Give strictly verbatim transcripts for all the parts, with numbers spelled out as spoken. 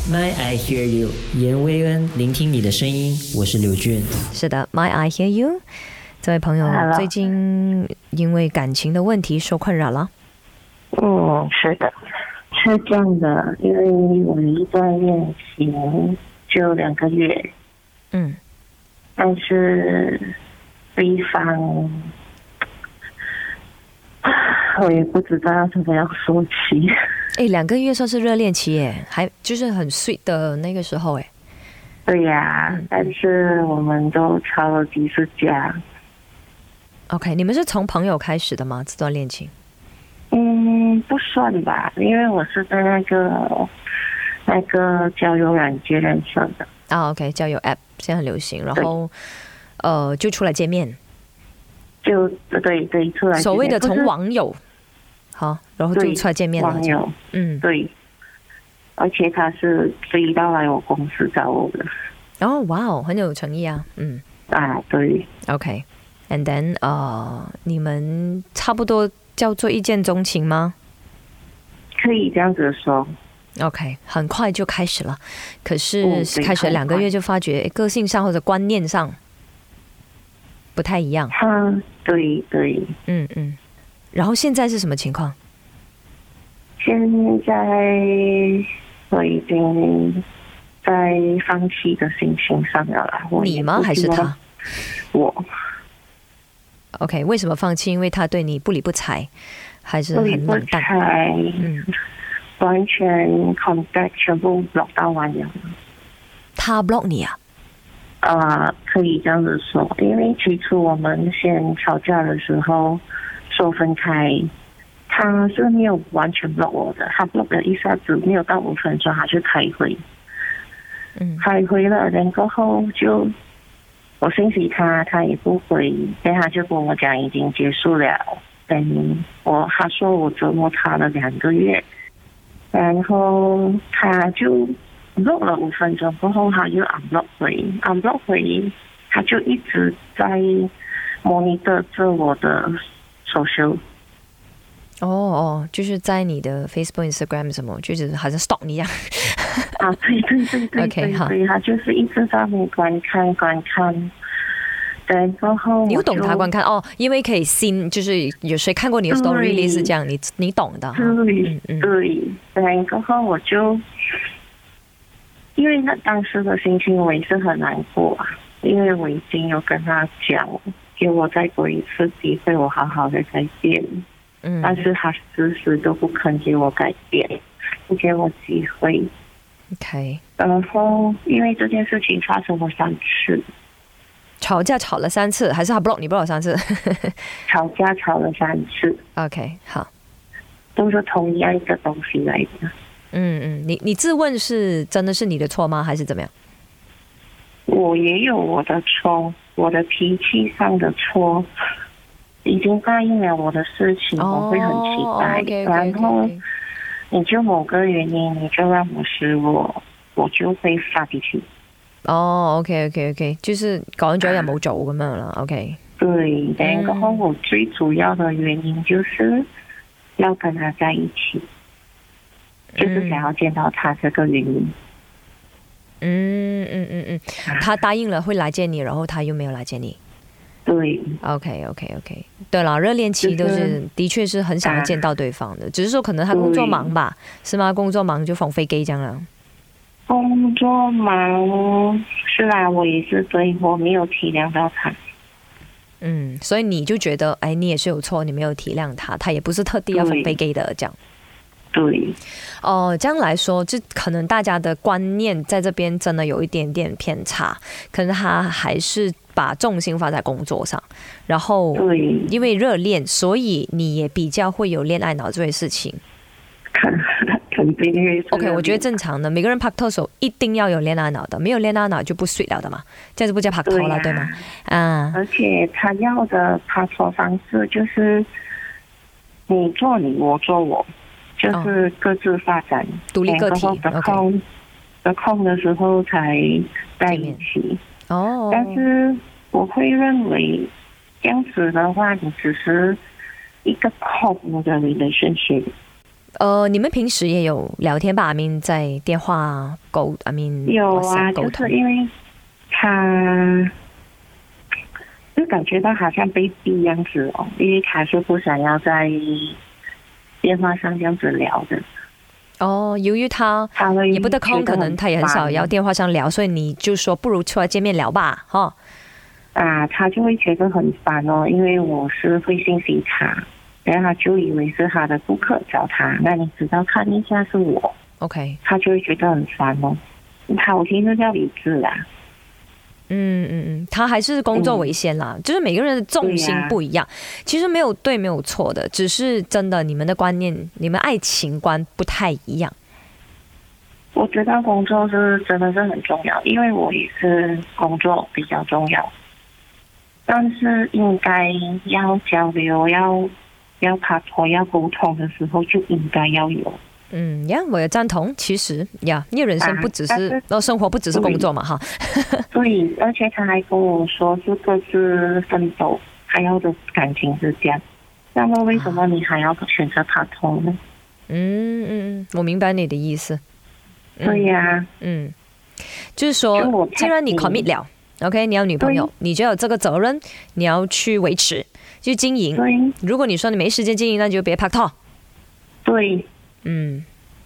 My I Hear You， 严薇恩，聆听你的声音，我是刘俊。 是的 ，My I Hear You， 这位朋友最近因为感情的问题受困扰了。 嗯，是的，是这样的，因为我们一段恋情就两个月， 嗯， 但是对方，我也不知道怎么样说起。 哎，两个月算是热恋期耶，还就是很 sweet 的那个时候哎。 对呀、啊嗯，但是我们都吵了几次架。 OK， 你们是从朋友开始的吗？这段恋情？ 嗯，不算吧，因为我是在那个那个交友软件认识的。 啊 ，OK， 交友 App 现在很流行，然后呃就出来见面。 就对对，出来见面。 所谓的从网友。好，然后就出来见面了。 网友，嗯，对，而且他是飞到来我公司找我的。 哦，哇哦，很有诚意啊，嗯。 啊，对。 OK，and then 呃，你们差不多叫做一见钟情吗？ 可以这样子说。 OK， 很快就开始了，可是开始两个月就发觉个性上或者观念上不太一样。 嗯，对对， 嗯嗯。然后现在是什么情况？ 现在我已经在放弃的心情上了啦。 你吗？还是他？ 我。 OK， 为什么放弃？因为他对你不理不睬，还是很冷淡？ 嗯，完全 contact 全部 block 到完了。 他 block 你啊？ 啊、呃，可以这样子说，因为起初我们先吵架的时候。说分开，他是没有完全 block 我的，他 block 了一下子没有到五分钟，他就开回， 嗯， 开回了，然过后就我信息他，他也不回，然后他就跟我讲已经结束了，嗯，我他说我折磨他了两个月，然后他就 block 了五分钟过后，他就 unblock 回 ，unblock 回，他就一直在 monitor 着我的。social 哦哦，就是在你的 Facebook、Instagram 什么，就是好像 stalk 你一样。 啊，对对对对 ，OK 好， 对，他就是一直在那边观看观看，然后你又懂他观看哦，因为可以新，就是有谁看过你的 story 类似这样，你你懂的。 对、嗯嗯、对，然后我就因为那当时的心情我也是很难过啊，因为我已经有跟他讲。给我再过一次机会，我好好的改变。嗯，但是他迟迟都不肯给我改变，不给我机会。 OK。 然后因为这件事情发生了三次， 吵架吵了三次，还是他 block 你 block 三次？ 吵架吵了三次。 OK， 好， 都是同样一个东西来的。 嗯嗯，你你自问是真的是你的错吗？还是怎么样？ 我也有我的错。我的脾气上的错，已经答应了我的事情， oh, 我会很期待。 okay, okay, okay. 然后你就某个原因，你就让我失落，我就会发脾气。 哦、oh, ，OK OK OK， 就是講咗又冇做咁樣啦 ，OK。 對，然後我最主要的原因就是要跟他在一起，嗯、就是想要見到他這個原因。 嗯嗯嗯嗯，他答應了會來見你，然後他又沒有來見你。 對 ，OK OK OK， 對啦，熱戀期都是、就是、的確是很想要見到對方的，只是說可能他工作忙吧，是嗎？工作忙就放飛機這樣啦。 工作忙是啊，我也是，所以我沒有體諒到他。 嗯，所以你就覺得，哎，你也是有錯，你沒有體諒他，他也不是特地要放飛機的，這樣。 對， 哦、呃，這樣來說，就可能大家的觀念在這邊真的有一點點偏差，可能他還是把重心放在工作上，然後因為熱戀，所以你也比較會有戀愛腦這回事情。 肯定會。 OK， 我覺得正常的，每個人拍拖手一定要有戀愛腦的，沒有戀愛腦就不水了的嘛，這樣就不叫拍拖了，對，啊、對嗎？啊， 而且他要的拍拖方式就是你做你，我做我。就是各自發展， 獨立個體， 得空得空的時候才在一起。哦，但是我會認為這樣子的話，你只是一個空的 relationship。 呃，你们平时也有聊天吧？阿明在电话沟，阿明有啊，就是因为他就感觉到好像被逼样子哦，因为他是不想要在电话上这样子聊的。 哦，由于他也不得空，可能他也很少要电话上聊，所以你就说不如出来见面聊吧，哈。 啊，他就会觉得很烦哦，因为我是会信息他，然后他就以为是他的顾客找他，那你知道看一下是我 ，OK， 他就会觉得很烦哦。好听就叫理智啦。 嗯嗯嗯，他还是工作为先啦，嗯、就是每个人的重心不一样，啊、其实没有对没有错的，只是真的你们的观念、你们爱情观不太一样。 我知道工作是真的是很重要，因为我也是工作比较重要，但是应该要交流、要要拍拖、要沟通的时候就应该要有。 嗯呀，我也赞同。其实呀，因为人生不只是，然后、啊、生活不只是工作嘛，哈。 对，而且他还跟我说是各自奋斗，还要的感情是这样。那么为什么你还要选择拍拖呢？ 嗯嗯嗯，我明白你的意思。 嗯、对呀、啊， 嗯，就是说，既然你 commit 了 ，OK， 你要女朋友，你就有这个责任，你要去维持，去经营。 对， 如果你说你没时间经营，那就别拍拖。 对。 嗯，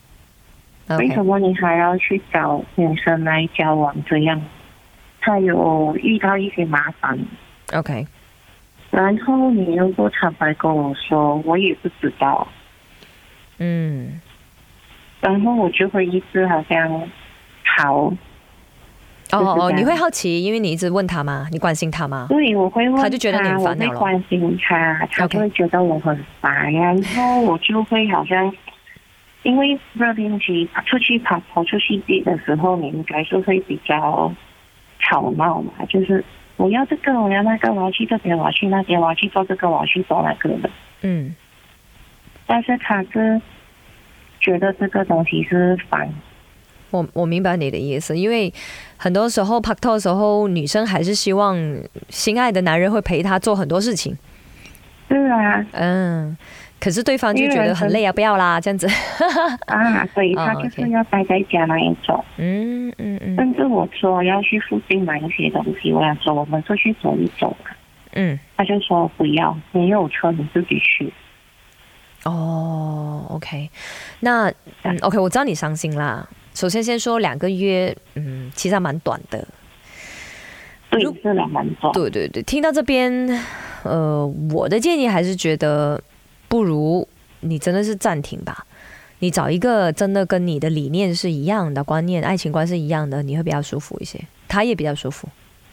okay. 为什么你还要去找女生来交往？这样，他有遇到一些麻烦。 OK， 然后你又不坦白跟我说，我也不知道。 嗯， 然后我就会一直好像好。 哦哦，你会好奇，因为你一直问他吗？你关心他吗？ 对，我会问他， 他就觉得你很烦恼了。 我会关心他，他就会觉得我很烦， okay. 然后我就会好像。因为热恋期出去跑跑出去地的时候，你应该是会比较吵闹嘛，就是我要这个，我要那个，我要去这边，我要去那边，我要去做这个，我要去做那个的。 嗯。 但是他是觉得这个东西是烦。 我我明白你的意思，因为很多时候拍拖的时候，女生还是希望心爱的男人会陪她做很多事情。 是啊。 嗯。可是对方就觉得很累啊，不要啦，这样子。 啊，所以他就是要待在家那一种。 嗯嗯嗯。 甚至我说要去附近买一些东西，我想说我们出去走一走。 嗯。 他就说不要，你有车你自己去。 哦 ，OK， 那嗯 ，OK， 我知道你伤心啦。首先先说两个月，嗯，其实还蛮短的。 对，是两蛮短。 对对对，听到这边，呃，我的建议还是觉得。不如你真的是暂停吧，你找一个真的跟你的理念是一样的观念、爱情观是一样的，你会比较舒服一些，他也比较舒服。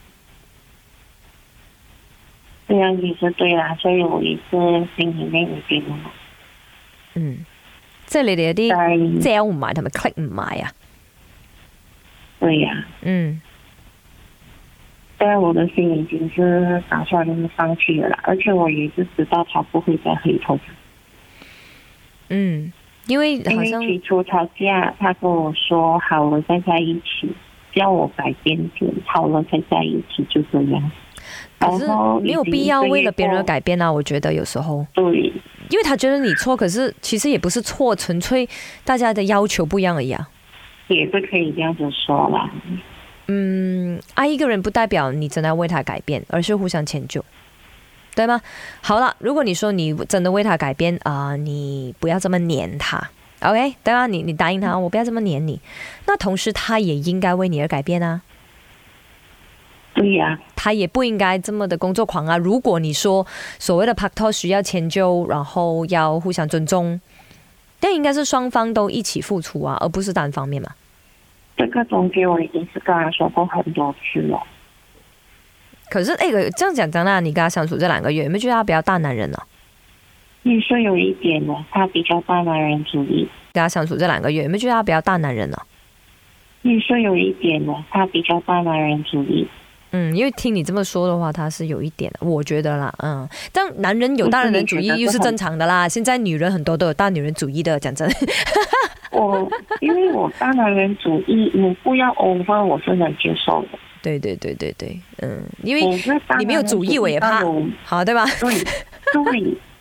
这样也是对啦，所以我也是心里面已經嗯，即係你哋有啲 gel 唔埋同埋 click 唔埋啊？ 對呀、啊。 嗯。 但我的心已经是打算放弃了啦，而且我也是知道他不会再回头。 嗯，因为好像因为起初吵架，他跟我说好了再在一起，叫我改变点，好了再在一起，就这样。 可是没有必要为了别人改变啊，我觉得有时候。 对。 因为他觉得你错，可是其实也不是错，纯粹大家的要求不一样而已啊。 也是可以这样子说啦。 嗯，爱一个人不代表你真的要为他改变，而是互相迁就，对吗？好了，如果你说你真的为他改变啊、呃，你不要这么黏他 ，OK， 对吧？你你答应他，我不要这么黏你，那同时他也应该为你而改变啊。 对呀、啊， 他也不应该这么的工作狂啊。如果你说所谓的拍拖需要迁就，然后要互相尊重，但应该是双方都一起付出啊，而不是单方面嘛。 这个中间我已经是跟他说过很多次了。 可是哎、欸，这样讲，张娜，你跟他相处这两个月，有没有觉得他比较大男人呢、啊？ 也是有一点的，他比较大男人主义。 跟他相处这两个月，有没有觉得他比较大男人呢、啊？ 也是有一点的，他比较大男人主义。 嗯，因为听你这么说的话，他是有一点的，我觉得啦，嗯，但男人有大男人主义又是正常的啦。现在女人很多都有大女人主义的，讲真。 我因为我大男人主义，你不要 over， 我是能接受的。 对对对对对，嗯，因为你没有主义，我也怕，好对吧？ 对对，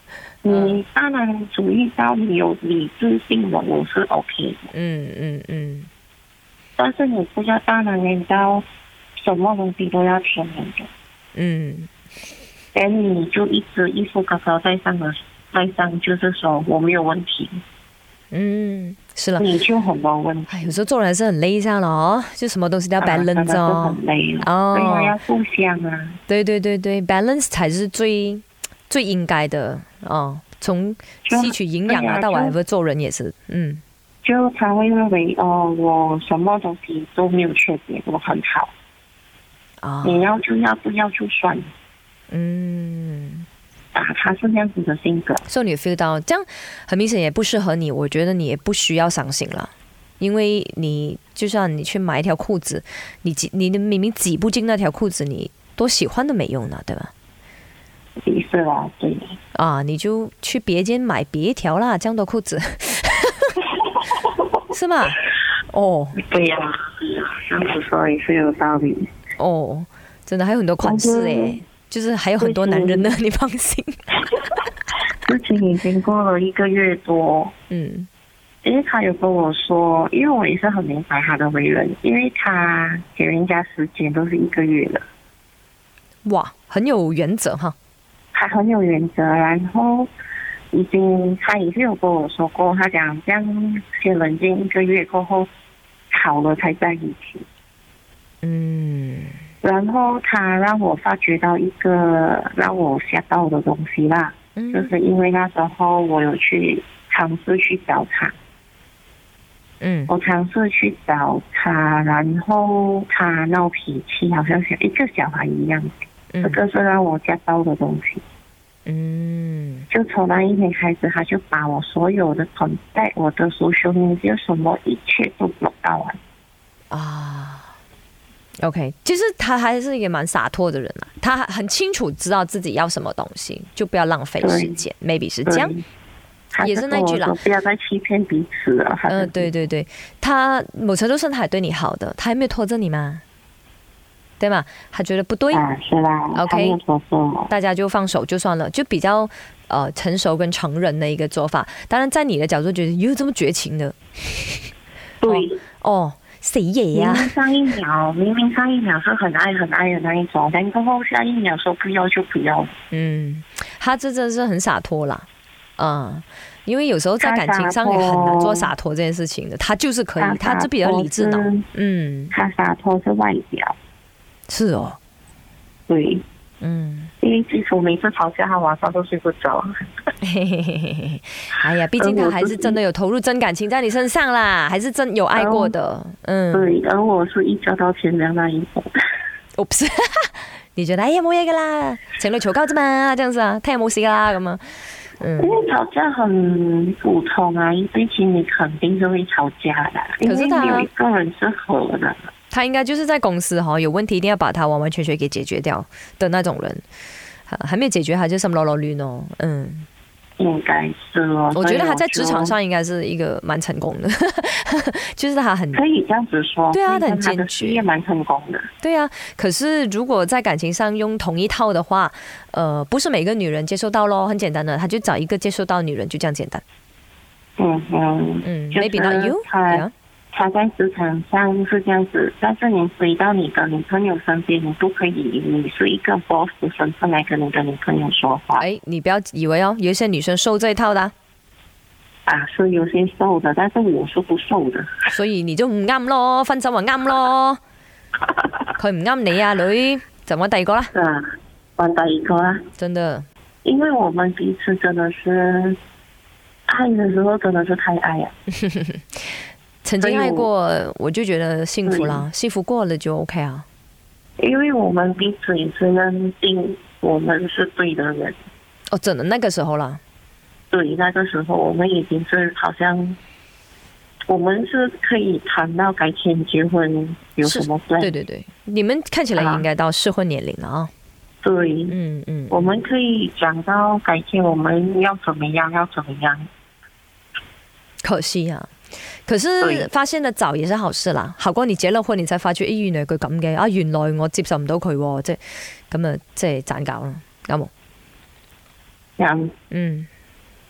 你大男主义到你有理智性的，我是 OK 的。 嗯嗯嗯。 但是你不要大男人到什么东西都要听你的。 嗯。 但你就一直一副高高在上的，在上就是说我没有问题。 嗯，是了， 你就很多问题。 哎，有时候做人还是很累，这样了哦，就什么东西都要 balance 哦， 啊、很累哦，对啊，要互相啊。 对对对对 ，balance 才是最最应该的哦。从吸取营养啊到 whatever 做人也是，嗯， 就他会认为哦，我什么东西都没有缺点，我很好。啊、哦，你要就要，不要就算。嗯。啊，他是这样子的性格， 所以你 feel 到这样很明显也不适合你，我觉得你也不需要伤心了，因为你就像你去买一条裤子，你挤你明明挤不进那条裤子，你多喜欢都没用呢，对吧？ 是啊，对啊，你就去别间买别条啦，这样多裤子，是吗？哦， 对呀、啊，这样子说也是有道理。 哦，真的还有很多款式哎。就是还有很多男人呢，你放心。 事情已经过了一个月多，嗯，因为他有跟我说，因为我也是很明白他的为人，因为他给人家时间都是一个月的。 哇，很有原则哈。 他很有原则，然后已经他也是有跟我说过，他讲这样先冷静一个月过后，好了才在一起。嗯。然后他让我发觉到一个让我吓到的东西啦，嗯、就是因为那时候我有去尝试去找他，嗯，我尝试去找他，然后他闹脾气，好像像一个小孩一样，嗯、这个是让我吓到的东西。嗯，就从那一天开始，他就把我所有的存在，我的social media什么一切都block到完啊。OK， 其实他还是一个蛮洒脱的人啊，他很清楚知道自己要什么东西，就不要浪费时间 ，maybe 是这样，也是那句啦， 不要再欺骗彼此了。 嗯、呃，对对对，他某程度上他还对你好的，他还没有拖着你吗？对吗？他觉得不对， 啊，是啦 ，OK， 大家就放手就算了，就比较呃成熟跟成人的一个做法。当然，在你的角度觉得有这么绝情的， 对， 哦。哦谁也呀、啊？ 明明上一秒，明明上一秒是很爱很爱的那一种，但过后下一秒说不要就不要。 嗯，他这真是很洒脱啦，嗯，因为有时候在感情上也很难做洒脱这件事情的，他就是可以，他就比较理智脑。嗯， 他洒脱是外表。 是哦。 对。嗯，因为基础每次吵架，他晚上都睡不着。 哎呀，毕竟他还是真的有投入真感情在你身上啦，还是真有爱过的。嗯， 对，而我是一觉到天亮那一种。 我不是，你覺得哎呀冇嘢噶啦，情侶嘈交啫嘛，這樣子啊，聽日冇事噶啦咁啊。 嗯，因為吵架很普通啊，一對情侶肯定是會吵架的，因為沒有一個人是合的。 他應該就是在公司哈，有問題一定要把它完完全全給解決掉的那種人，還沒有解決他就什麼囉囉攣哦，嗯。 應該是哦， 我覺得他在職場上應該是一個蠻成功的，就是他很可以這樣子說， 對啊，他很堅決， 也蠻成功的。 對啊，可是如果在感情上用同一套的話，呃，不是每個女人接受到咯，很簡單的，他就找一個接受到女人，就這樣簡單。 嗯嗯嗯 ，maybe not you。 他在職場上是這樣子，但是你回到你的女朋友身邊，你不可以以你是一個 boss 的身份來跟你的女朋友說話。 哎，你不要以為哦，有一些女生受這一套的。 啊，是有些受的，但是我是不受的。 所以你就唔啱咯，分手就啱咯。佢唔啱你啊，女，就揾第二個啦。 是啊，揾第二個啦。 真的。 因為我們彼此真的是愛的時候，真的是太愛啊。 曾經愛過，我就覺得幸福啦，幸福過了就 OK 啊。 因為我們彼此也是認定我們是對的人。 哦，真的那個時候啦。 對，那個時候我們已經是好像，我們是可以談到改天結婚，有什麼 plan？ 對對對，你們看起來應該到適婚年齡了啊。 對，嗯嗯，我們可以講到改天我們要怎麼樣，要怎麼樣。 可惜啊。可是發現得早也是好事啦，好過你結了婚你才發覺，咦、哎、原來佢咁嘅，啊原來我接受唔到佢，即係咁啊，即係盞搞啦，啱冇？ 啱， 嗯，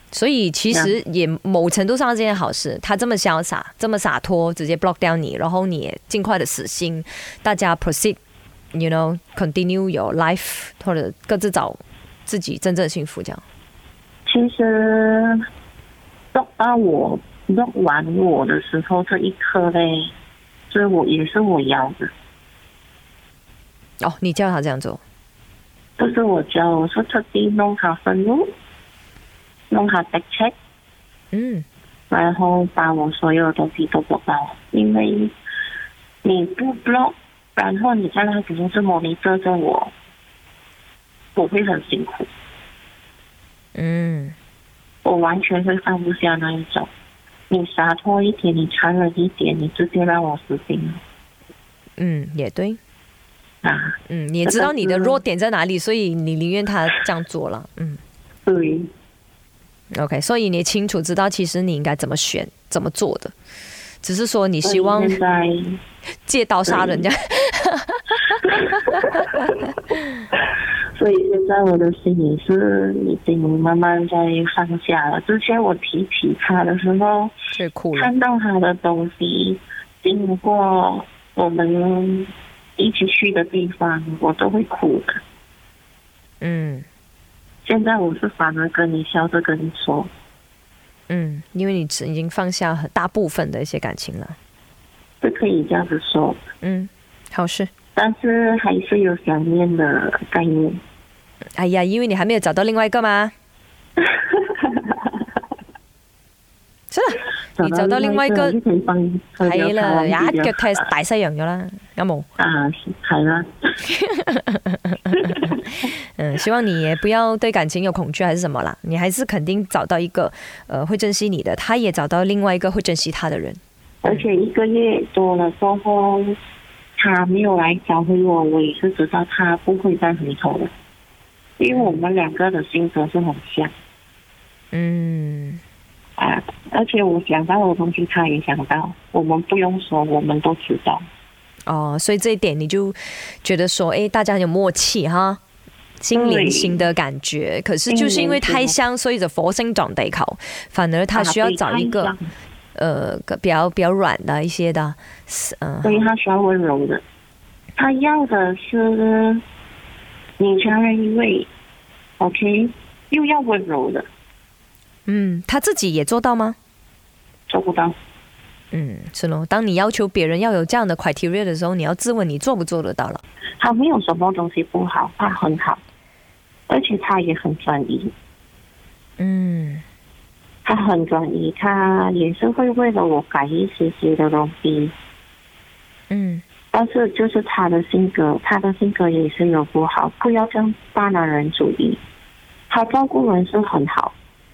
所以其实也某程度上是件好事，他这么潇洒，这么洒脱，直接 block 掉你，然后你也尽快的死心，大家 proceed，you know continue your life， 或者各自找自己真正的幸福这样。 其实 block 到我 block 完我的时候，这一刻嘞，所以我也是我要的。 哦，你叫他这样做？ 不是我叫，我是特地弄他愤怒，弄他 back check， 嗯， 然后把我所有的东西都 block 到，因为你不 block， 然后你在那边是模拟遮着我，我会很辛苦。 嗯， 我完全会放不下那一种。你洒脱一点，你残忍一点，你直接让我死心了。 嗯，也对。 啊， 嗯，你也知道你的弱点在哪里，所以你宁愿他这样做了。嗯， 对。 OK， 所以你清楚知道其实你应该怎么选、怎么做的，只是说你希望借刀杀人这样。 所以现在我的心也是已经慢慢在放下了。之前我提起他的时候，看到他的东西经过我们一起去的地方，我都会哭的。 嗯， 现在我是反而跟你笑着跟你说， 嗯，因为你已经放下很大部分的一些感情了， 是可以这样子说。 嗯，好事。 但是还是有想念的概念。 哎呀，因为你还没有找到另外一个嘛。是啦，你找到另外一個係啦，一腳踢大西洋咗啦，有冇？ 啊，係啦。 嗯，希望你也不要對感情有恐懼還是什麼啦，你還是肯定找到一個呃會珍惜你的，他也找到另外一個會珍惜他的人。 而且一個月多了過後，他沒有來找回我，我也是知道他不會再回頭了，因為我們兩個的性格是很像。 嗯。 啊，而且我想到的东西他也想到，我们不用说，我们都知道。 哦，所以这一点你就觉得说，哎，大家很有默契哈，心连心的感觉。可是就是因为太像，所以就火星撞地球，反而他需要找一个，啊、呃，比较比较软的一些的， 嗯，所以他需要温柔的，他要的是女强人一位 ，OK， 又要温柔的。 嗯，他自己也做到吗？ 做不到。 嗯，是咯。当你要求别人要有这样的 criteria 的时候，你要自问你做不做得到了。 他没有什么东西不好，他很好，而且他也很专一。 嗯， 他很专一，他也是会为了我改一些些的东西。 嗯， 但是就是他的性格，他的性格也是有不好，不要这样大男人主义。他照顾人是很好。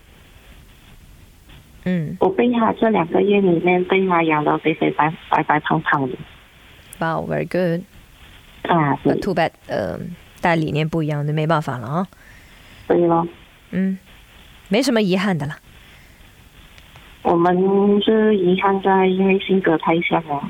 嗯， 我被他这两个月里面被他养得肥肥白白白胖胖的。 Wow, very good. 啊 ，But too bad， 呃，大家理念不一样，就没办法了啊。 对咯。 嗯，没什么遗憾的啦。 我们是遗憾在因为性格太像了。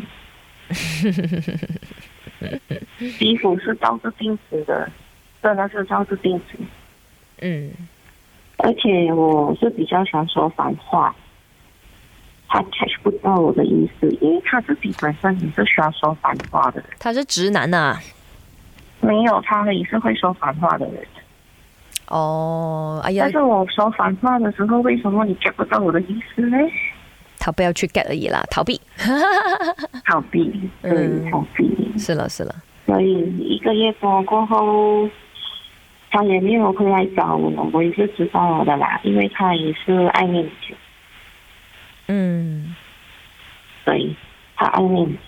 衣服是照着镜子的，真的是照着镜子。 嗯。 而且我是比较想说反话。他 catch 不到我的意思，因为他自己本身也是需要说反话的人。 他是直男呐、啊？ 没有，他也是会说反话的人。 哦，哎呀！ 但是我说反话的时候，为什么你 get 不到我的意思呢？ 他不要去 get 而已啦，逃避。 逃避，对，嗯、逃避。 是了，是了。 所以一个月多过后，他也没有回来找我，我也是知道的啦，因为他也是爱面子。 嗯， 对，他爱面子。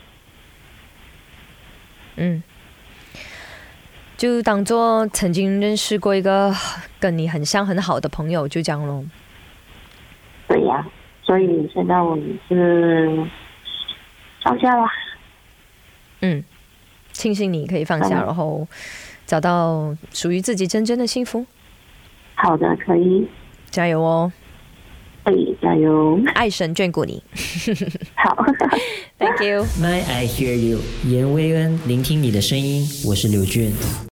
嗯，就当做曾经认识过一个跟你很像很好的朋友，就这样咯。 对呀、啊，所以现在我是放下了。 嗯，庆幸你可以放下，嗯、然后找到属于自己真正的幸福。 好的，可以， 加油哦！ 可以，加油！ 爱神眷顾你。 好 ，Thank you。 My I hear you，严薇恩，聆听你的声音，我是刘俊。